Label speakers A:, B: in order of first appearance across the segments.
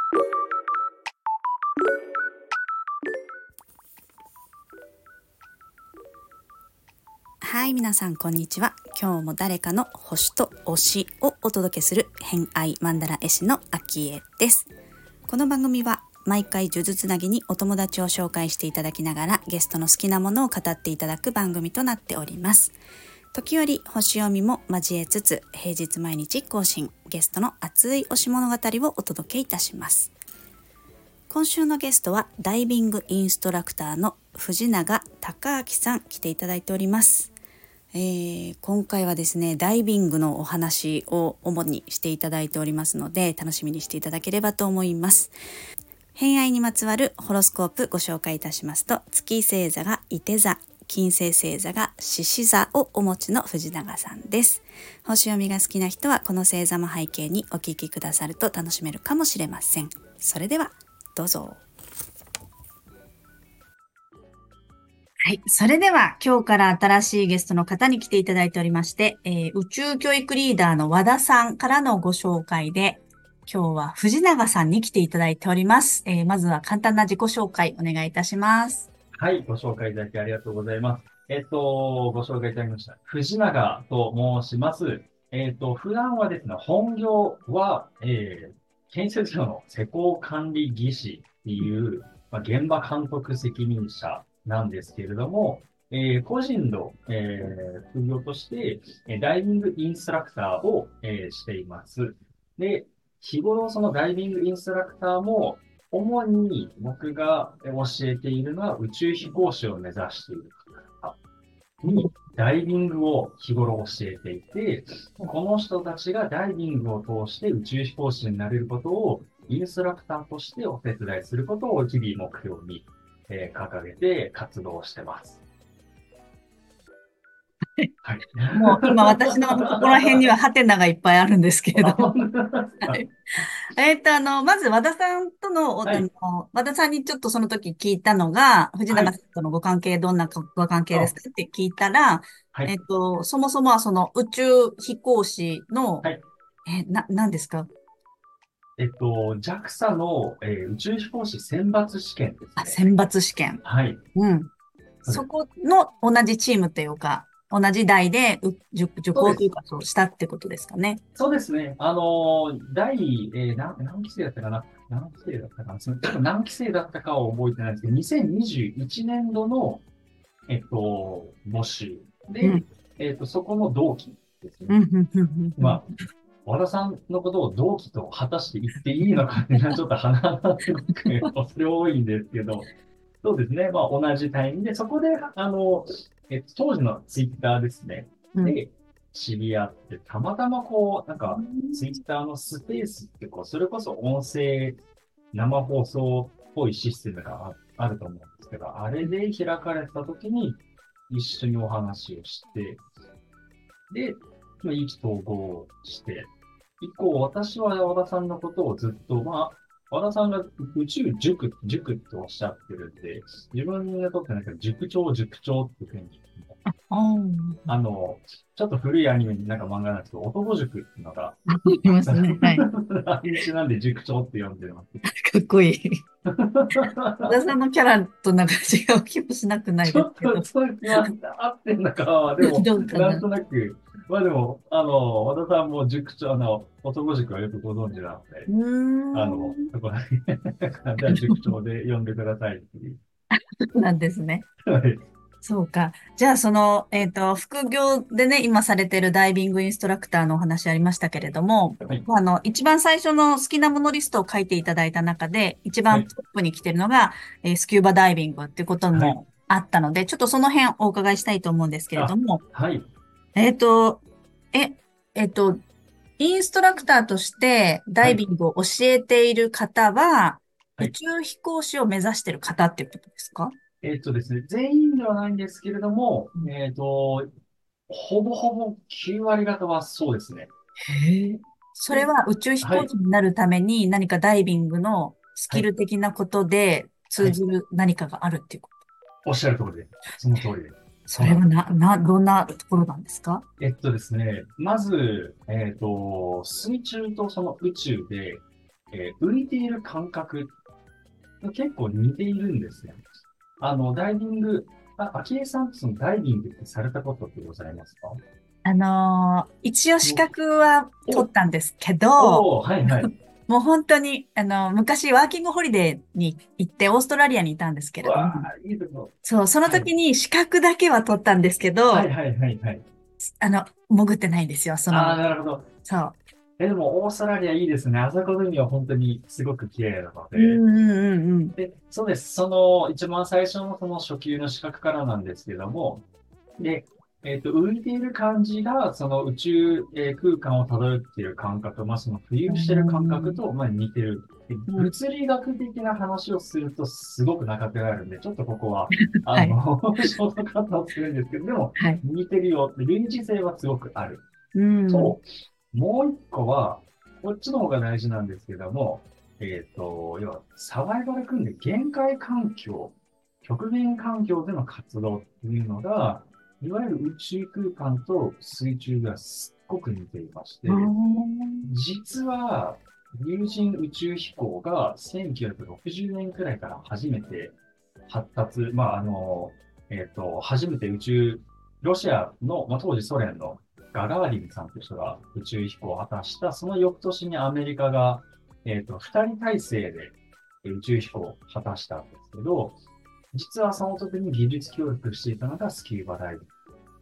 A: はい、皆さんこんにちは。今日も誰かの星と推しをお届けする偏愛マンダラ絵師のアキエです。この番組は毎回数珠つなぎにお友達を紹介していただきながらゲストの好きなものを語っていただく番組となっております。時折星読みも交えつつ平日毎日更新、ゲストの熱い推し物語をお届けいたします。今週のゲストはダイビングインストラクターの藤永孝明さん来ていただいております。今回はですねダイビングのお話を主にしていただいておりますので楽しみにしていただければと思います。偏愛にまつわるホロスコープご紹介いたしますと、月星座が射手座、金星星座が獅子座をお持ちの藤永さんです。星読みが好きな人はこの星座も背景にお聞きくださると楽しめるかもしれません。それではどうぞ。はい。それでは、今日から新しいゲストの方に来ていただいておりまして、宇宙教育リーダーの和田さんからのご紹介で、今日は藤永さんに来ていただいております。まずは簡単な自己紹介お願いいたします。
B: はい、ご紹介いただきありがとうございます。ご紹介いただきました。藤永と申します。普段はですね、本業は、建設業の施工管理技師っていう、現場監督責任者なんですけれども、個人の、副業として、ダイビングインストラクターを、しています。で、日頃そのダイビングインストラクターも、主に僕が教えているのは宇宙飛行士を目指している方にダイビングを日頃教えていて、この人たちがダイビングを通して宇宙飛行士になれることをインストラクターとしてお手伝いすることを日々目標に掲げて活動してます。はい。
A: もう今私のここら辺にはハテナがいっぱいあるんですけれど。はい。まず和田さんとの、
B: はい。
A: 和田さんにちょっとその時聞いたのが、藤
B: はい。
A: 永さんとのご関係、どんなご関係です
B: あ、
A: かって聞いたら、
B: はい。
A: そもそもはその宇宙飛行士の、
B: はい。
A: 何ですか？
B: JAXA の、宇宙飛行士選抜試験です
A: あ、
B: ね。
A: 選抜試験。
B: はい。
A: うん。そ
B: そうです。
A: この同じチームというか、同じ代で受
B: そうです。
A: 講というか、そうしたってことですかね。
B: そうですね。何期生だったかな、何期生だったかな、ちょっと何期生だったかは覚えてないですけど、2021年度の、募集で、
A: うん。
B: そこの同期ですね。
A: うん、うん、うん、うん。
B: まあ、和田さんのことを同期と果たして言っていいのかっていうのはちょっと鼻がすごく恐れ多いんですけど、そうですね。まあ、同じタイミングで、そこで、当時のツイッターですね。
A: うん。
B: で、知り合って、たまたまこう、なんか、ツイッターのスペースってこう、それこそ音声、生放送っぽいシステムがあると思うんですけど、あれで開かれた時に一緒にお話をして、で、意気投合して、以降、私は和田さんのことをずっと、和田さんが宇宙塾っておっしゃってるんで、自分にとってなんか塾長っていうふうに、
A: ああ。
B: ちょっと古いアニメになんか漫画なんですけど、男塾っていうのが
A: あり
B: あったら、
A: ますね。はい。
B: あれ一緒なんで塾長って呼んでます。
A: かっこいい。小田さんのキャラとなんか違う気もしなくない
B: ちょっと、
A: ですけど。
B: そういうのは合ってんのかは、でも、
A: どうかな。
B: なんとなく、でも、和田さんも塾長、男塾はよくご存知なので、
A: うーん。
B: そこら辺じゃあ塾長で呼んでくださいっていう。
A: なんですね。
B: はい。
A: そうか。じゃあ、副業でね、今されてるダイビングインストラクターのお話ありましたけれども、
B: はい。
A: 一番最初の好きなものリストを書いていただいた中で、一
B: はい。
A: 番トップに来てるのが、スキューバダイビングっていうこと
B: はい。
A: もあったので、ちょっとその辺お伺いしたいと思うんですけれど
B: あ、
A: も、
B: はい。
A: えっと、え、えっと、インストラクターとしてダ
B: はい。
A: イビングを教えている方は、
B: はい。
A: 宇宙飛行士を目指している方っていうことですか？
B: ですね、全員ではないんですけれども、
A: うん。
B: ほぼほぼ9割方はそうですね。
A: へえ。それ
B: で、
A: は宇宙飛
B: はい。
A: 行士になるために何かダイビングのス
B: はい。
A: キル的なことで
B: はい。
A: 通ずる何かがあるっていうこと。
B: おっしゃる通りです。その通りです。
A: それは
B: そうなんです。
A: どんなところなんですか？
B: ですね、まず、水中とその宇宙で、 浮いている感覚と結構似ているんですね。ダイビング、昭恵さんってそのダイビングってされたことってございますか？
A: 一応資
B: も
A: 格は取っ
B: お、
A: たんですけど、
B: はいはい。
A: もう本当に、昔ワーキングホリデーに行ってオーストラリアにいたんですけ
B: う
A: れども、
B: わー、いいとこ。
A: そう、その
B: はい。
A: 時に資格だけは取ったんですけど、
B: はいはいはいはい。
A: 潜ってないんですよ、そのま
B: ああ、
A: ま。
B: なるほど。
A: そう。
B: でも、オーストラリアいいですね。あそこの海は本当にすごく綺麗なので。
A: うんうんうんうん。
B: で、そうです。一番最初のその初級の資格からなんですけども、で、浮いている感じが、その宇宙、空間を漂っている感覚、まあ、その浮
A: う
B: 遊している感覚
A: ん
B: と、まあ、似てる。で
A: うん。
B: 物理学的な話をするとすごく長くなるんで、ちょっとここは、
A: はい。
B: ショートカットをするんですけど、でも、
A: はい。
B: 似てるよ。類似性はすごくある。
A: うん。
B: と、もう一個は、こっちの方が大事なんですけども、要は、サバイバル訓練、限界環境、極限環境での活動っていうのが、いわゆる宇宙空間と水中がすっごく似ていまし
A: あ
B: て、
A: ー
B: 実は、有人宇宙飛行が1960年くらいから初めて発達、初めてロシアの、まあ、当時ソ連のガガーリンさんという人が宇宙飛行を果たした、その翌年にアメリカが、二人体制で宇宙飛行を果たしたんですけど、実はその時に技術協力していたのがスキューバダイビング。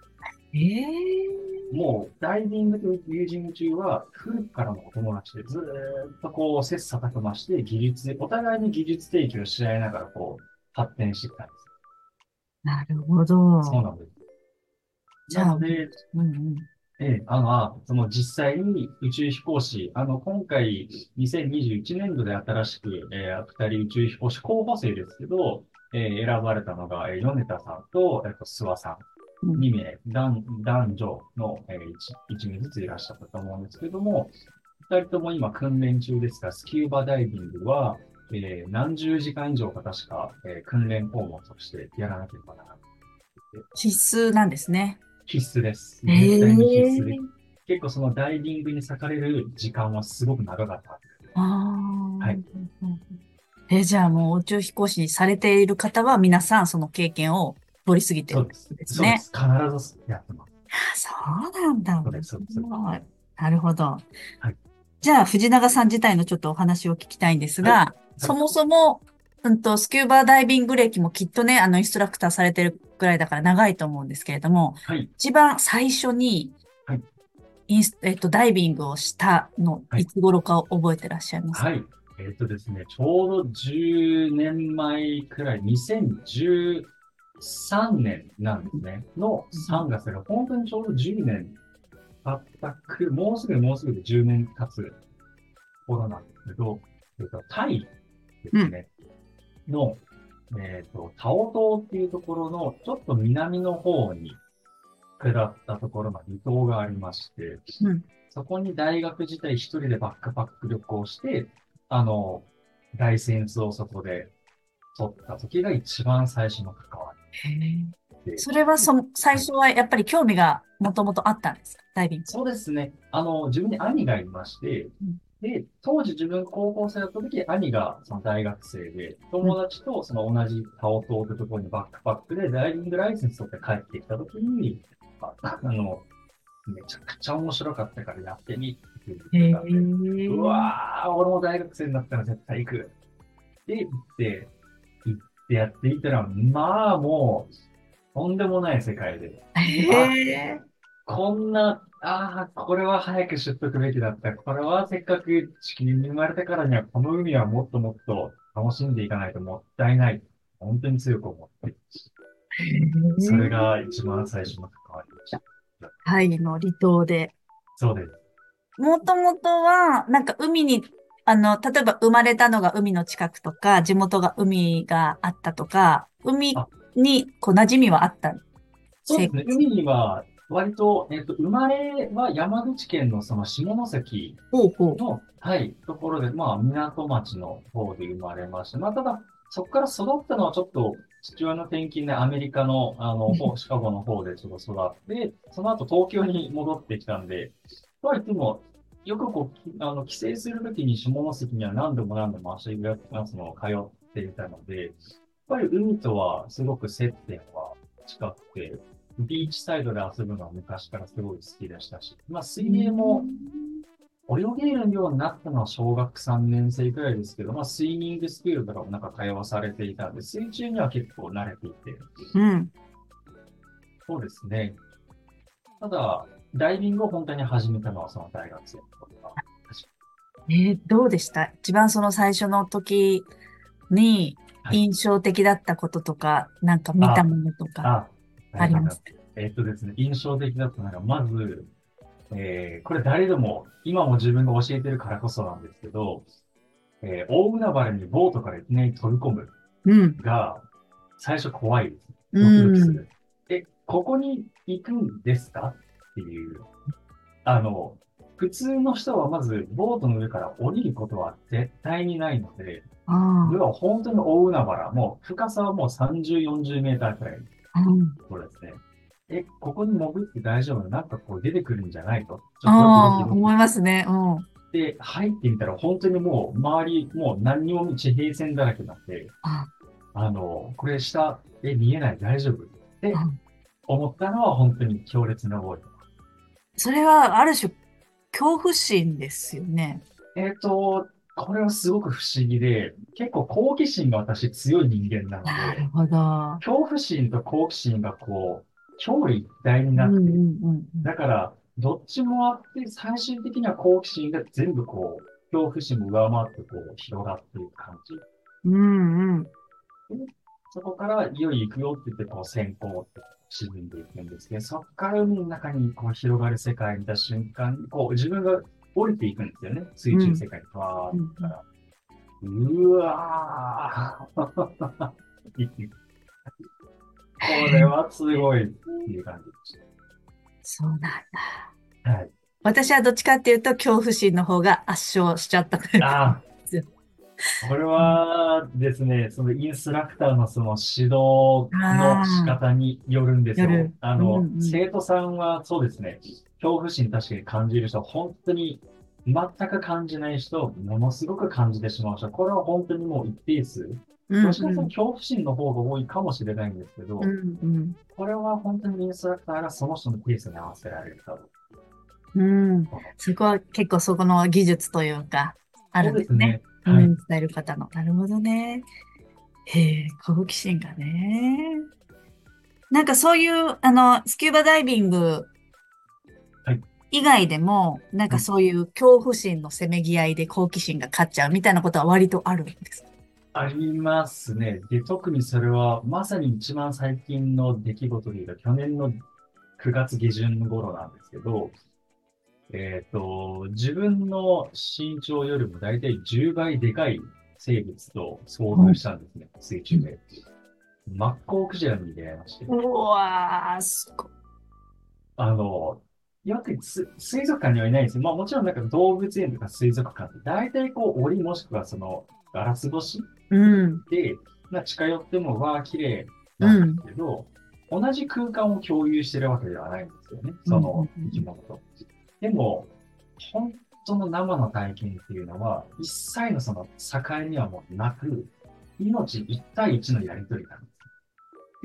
B: もう、ダイビングと有人宇宙は古くからのお友達でずーっとこう、切磋琢磨してお互いに技術提供し合いながらこう、発展してきたんです。
A: なるほど。
B: そうなんです。
A: じゃあ、
B: なので、
A: うんうん。
B: その実際に宇宙飛行士、今回2021年度で新しく、二人宇宙飛行士候補生ですけど、選ばれたのが、米田さんと、諏訪さん。
A: うん。
B: 2名、男女の、1名ずついらっしゃったと思うんですけども、二人とも今訓練中ですが、スキューバダイビングは、何十時間以上か確か、訓練項目としてやらなければならない。
A: 必須なんですね。
B: 必須です。
A: え
B: 絶対に必須で。
A: え。
B: 結構そのダイビングに割かれる時間はすごく長かった。
A: ああ。
B: はい。
A: じゃあもう宇宙飛行士されている方は皆さんその経験を通り過ぎてる
B: そうです。
A: んですね。
B: そうです。必ずやってます。
A: そうなんだ。
B: そうです。そうです。
A: なるほど。
B: はい。
A: じゃあ、藤永さん自体のちょっとお話を聞きたいんです
B: はい。
A: が、
B: はい。
A: そもそも、スキューバーダイビング歴もきっとね、インストラクターされてるくらいだから長いと思うんですけれども、
B: はい。
A: 一番最初に
B: はい。
A: ダイビングをしたの、
B: はい。
A: いつ頃か覚えてらっしゃいますか？
B: はい。ですね、ちょうど10年前くらい、2013年なんですね。の3月が、本当にちょうど10年経ったもうすぐで10年経つ頃なんですけど、タイで
A: うん。
B: すね、の、タオ島っていうところの、ちょっと南の方に下ったところの離島がありまして、
A: うん。
B: そこに大学時代一人でバックパック旅行して、あの、ライセンスをそこで取った時が一番最初の関わ
A: へえ。
B: りで、
A: それは最
B: はい。
A: 初はやっぱり興味がもともとあったんですか？ダイビング。
B: そうですね。自分に兄がいまして、
A: うん。
B: で、当時自分高校生だった時、兄がその大学生で、
A: うん。
B: 友達とその同じタオ島というところにバックパックでダイビングライセンス取って帰ってきた時に、めちゃくちゃ面白かったからやってみって言っ
A: へ
B: てたんで、う
A: え。
B: わー、俺も大学生になったら絶対行く。で、行ってやってみたら、まあもう、とんでもない世界で、あ、
A: へえ。
B: こんな、これは早く知っとくべきだった。これはせっかく地球に生まれたからには、この海はもっともっと楽しんでいかないともったいない。本当に強く思って。
A: へえ。
B: それが一番最初の関わりでした。
A: タイの離島で。
B: そうです。
A: もともとは、なんか海に、例えば生まれたのが海の近くとか、地元が海があったとか、海
B: あ、
A: にこう馴染みはあった
B: そうですね。
A: 生活。
B: 海には、割と、生まれは山口県のその下関
A: ほうほう。
B: の、はい、ところで、まあ、港町の方で生まれました。まあ、ただ、そこから育ったのはちょっと、父親の転勤でアメリカの、シカゴの方でちょっと育って、その後東京に戻ってきたんで、とは言っても、 よくこう、帰省するときに下関には何度も何度も足が、通っていたので、やっぱり海とはすごく接点は近くて、ビーチサイドで遊ぶのは昔からすごい好きでしたし、まあ水
A: う
B: 泳も
A: ん。
B: 泳げるようになったのは小学3年生くらいですけど、まあスイミングスクールとかもなんか通わされていたんで、水中には結構慣れていて、
A: うん。
B: そうですね。ただ、ダイビングを本当に始めたのはその大学生の頃が。
A: どうでした一番その最初の時に
B: はい。
A: 印象的だったこととか、なんか見た
B: あ、
A: ものとか
B: あ、ありがとうございます。
A: ありますか？
B: ですね、印象的だったのが、まず、これ誰でも、今も自分が教えてるからこそなんですけど、大海原にボートからいきなり飛び込む
A: うん。
B: が、最初怖いです。
A: う
B: ドキドキす
A: ん。
B: る。ここに行くんですかっていう。あの、普通の人はまず、ボートの上から降りることは絶対にないので、
A: ああ。
B: 要は本当に大海原、もう深さはもう30、40メーターくらいのと
A: うん。
B: ころですね。ここに潜って大丈夫なんかこう出てくるんじゃないとちょっとドキドキ
A: ああ、
B: ドキ
A: 思いますね。うん。
B: で、入ってみたら本当にもう周り、もう何にも地平線だらけになって、
A: あ、
B: これ下、見えない大丈夫って
A: うん。
B: 思ったのは本当に強烈な覚え。
A: それはある種恐怖心ですよね。
B: これはすごく不思議で、結構好奇心が私強い人間なので、
A: なるほど。
B: 恐怖心と好奇心がこう、表裏一体に
A: うんう
B: なっている。
A: んうんうん。
B: だから、どっちもあって、最終的には好奇心が全部こう、恐怖心も上回ってこう、広がっていく感じ。
A: うんうん。
B: でそこから、いよいよ行くよって言って、こう、先行って沈んでいくんですけど、そこから海の中にこう、広がる世界を見た瞬間に、こう、自分が降りていくんですよね。水
A: うん
B: 中世界に、わー
A: うんうん。
B: ってから。うわーこれはすごいっていう感じでし
A: そうなんだ。
B: た。はい。
A: 私はどっちかっていうと恐怖心の方が圧勝しちゃったタイプなんで
B: ああ、
A: すよ。
B: これ
A: うん。
B: はですね、そのインストラクターのその指導の仕
A: ああ、
B: 方によるんですよ。
A: 夜。うんうん。
B: 生徒さんはそうですね、恐怖心確かに感じる人、本当に全く感じない人、ものすごく感じてしまう人、これは本当にもう一定数。
A: うん
B: どちらかというと
A: うん。
B: 恐怖心の方が多いかもしれないんですけど、
A: うんうん。
B: これは本当にインストラクターがその人のペースに合わせられるかどう
A: うん。
B: か。
A: そこは結構そこの技術というか、あ
B: そ
A: るんですね。
B: うですね。はい。
A: うん、伝える方の。なるほどね。へえ、好奇心がね。なんかそういう、スキューバダイビング
B: はい。
A: 以外でも、なん
B: はい。
A: かそういう恐怖心のせめぎ合いで好奇心が勝っちゃうみたいなことは割とあるんですか？
B: ありますね。で、特にそれは、まさに一番最近の出来事で言うと、去年の9月下旬頃なんですけど、自分の身長よりも大体10倍でかい生物と遭遇したんですね、水
A: うん。
B: 中で。マッコウクジラに出会いまして。
A: うわー、すごい。
B: あの、よく水族館にはいないんですよ。まあもちろんなんか動物園とか水族館って大体こう檻もしくはそのガラス越し
A: うん、
B: で、まあ、近寄っても、わあ、綺麗
A: う
B: なんです
A: ん、
B: けど、同じ空間を共有してるわけではないんですよね。
A: うん、
B: その生き
A: うん、
B: 物と。でも、本当の生の体験っていうのは、一切のその境にはもうなく、命一対一のやりとりなんです。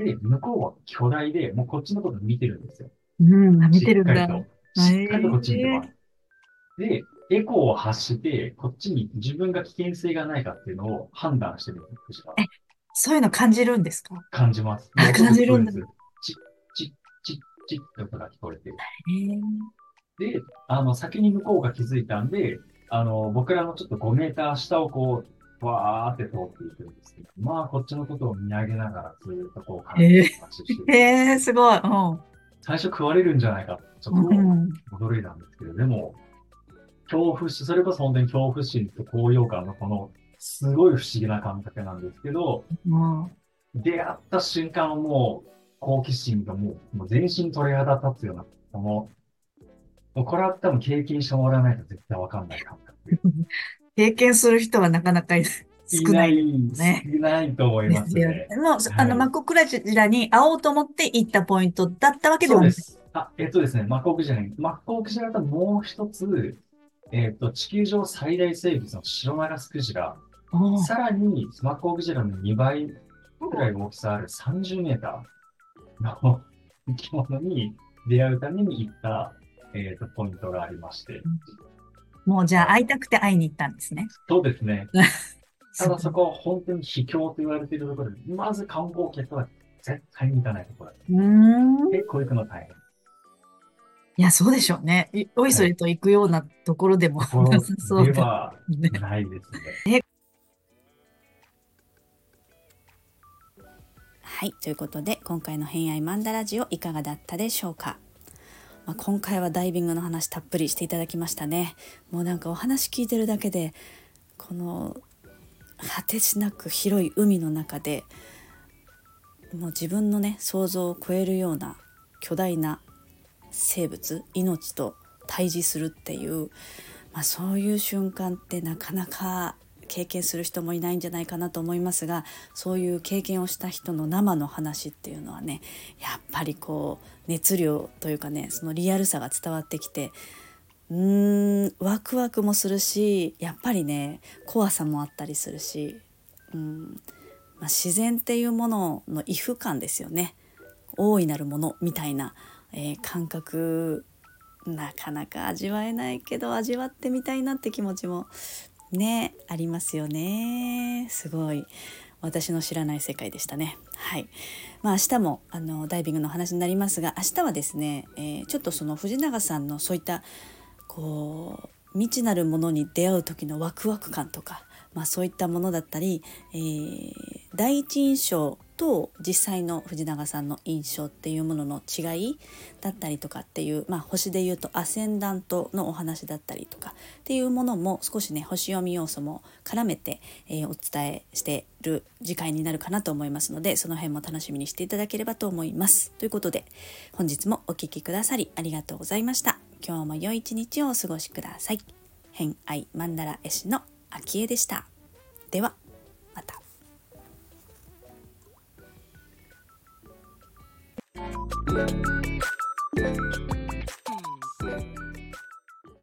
B: で、向こうは巨大で、もうこっちのこと見てるんですよ。
A: うん、あ、見
B: し
A: てるんだ。
B: っかりと。しっかりとこっち見てます。
A: ええ。
B: で、エコーを発して、こっちに自分が危険性がないかっていうのを判断してるんです、私は。
A: え、そういうの感じるんですか？
B: 感じます。も
A: あ、
B: う音
A: 感じるんだ。
B: が聞こえるんです。チッ、チッ、チッ、チッって音が聞こえて。
A: ええ。
B: で、先に向こうが気づいたんで、僕らのちょっと5メーター下をこう、わーって通っていくんですけど、まあ、こっちのことを見上げながらずっとこう観
A: ええ。
B: 察して
A: え
B: て、
A: え、すごい。う
B: 最初食われるんじゃないかってちょっ
A: ん、う
B: と
A: ん、
B: 驚いたんですけど、でも、恐怖心、それこそ本当に恐怖心と高揚感のこの、すごい不思議な感覚なんですけど、
A: も
B: 出会った瞬間はもう、好奇心がもう全身鳥肌立つような、もうこれは多分経験してもらわないと絶対わかんない感覚。
A: う、経験する人はなかなか
B: いない、
A: 少ないですね。
B: いないと思い
A: ですよね。
B: ますね。
A: もう、マッ
B: はい。
A: コクラジラに会おうと思って行ったポイントだったわけではない。
B: そうです。ですね。マッコウクジラに、マッコウクジラともう一つ、 地球上最大生物のシロナガスクジラ、
A: おー
B: さらにスマッコウクジラの2倍くらい大きさある30メーターの生き物に出会うために行った、ポイントがありまして。
A: もうじゃあ
B: はい。
A: 会いたくて会いに行ったんですね。
B: そうですね。た
A: すごい。
B: だそこは本当に秘境と言われているところで、まず観光客は絶対に行かないところだ。
A: うーん。
B: 結構行くの大変。
A: いや、そうでしょうね。おい
B: はい。
A: それと行くようなところでも
B: とこ
A: な
B: ろ
A: さそうだ
B: では
A: ね。
B: ないですね。
A: はい、ということで今回の偏愛マンダラジオいかがだったでしょうか。今回はダイビングの話たっぷりしていただきましたね。もうなんかお話聞いてるだけでこの果てしなく広い海の中でもう自分のね想像を超えるような巨大な生物命と対峙するっていう、そういう瞬間ってなかなか経験する人もいないんじゃないかなと思いますが、そういう経験をした人の生の話っていうのはね、やっぱりこう熱量というかね、そのリアルさが伝わってきて、ワクワクもするし、やっぱりね怖さもあったりするし、自然っていうものの異不感ですよね。大いなるものみたいな、感覚なかなか味わえないけど味わってみたいなって気持ちもねありますよね。すごい私の知らない世界でしたね。はい。明日もダイビングの話になりますが、明日はですね、ちょっとその藤永さんのそういったこう未知なるものに出会う時のワクワク感とか、そういったものだったり、第一印象と実際の藤永さんの印象っていうものの違いだったりとかっていう、星でいうとアセンダントのお話だったりとかっていうものも少しね星読み要素も絡めて、お伝えしている次回になるかなと思いますので、その辺も楽しみにしていただければと思います。ということで本日もお聞きくださりありがとうございました。今日も良い一日をお過ごしください。偏愛マンダラ絵師の秋江でした。ではまた。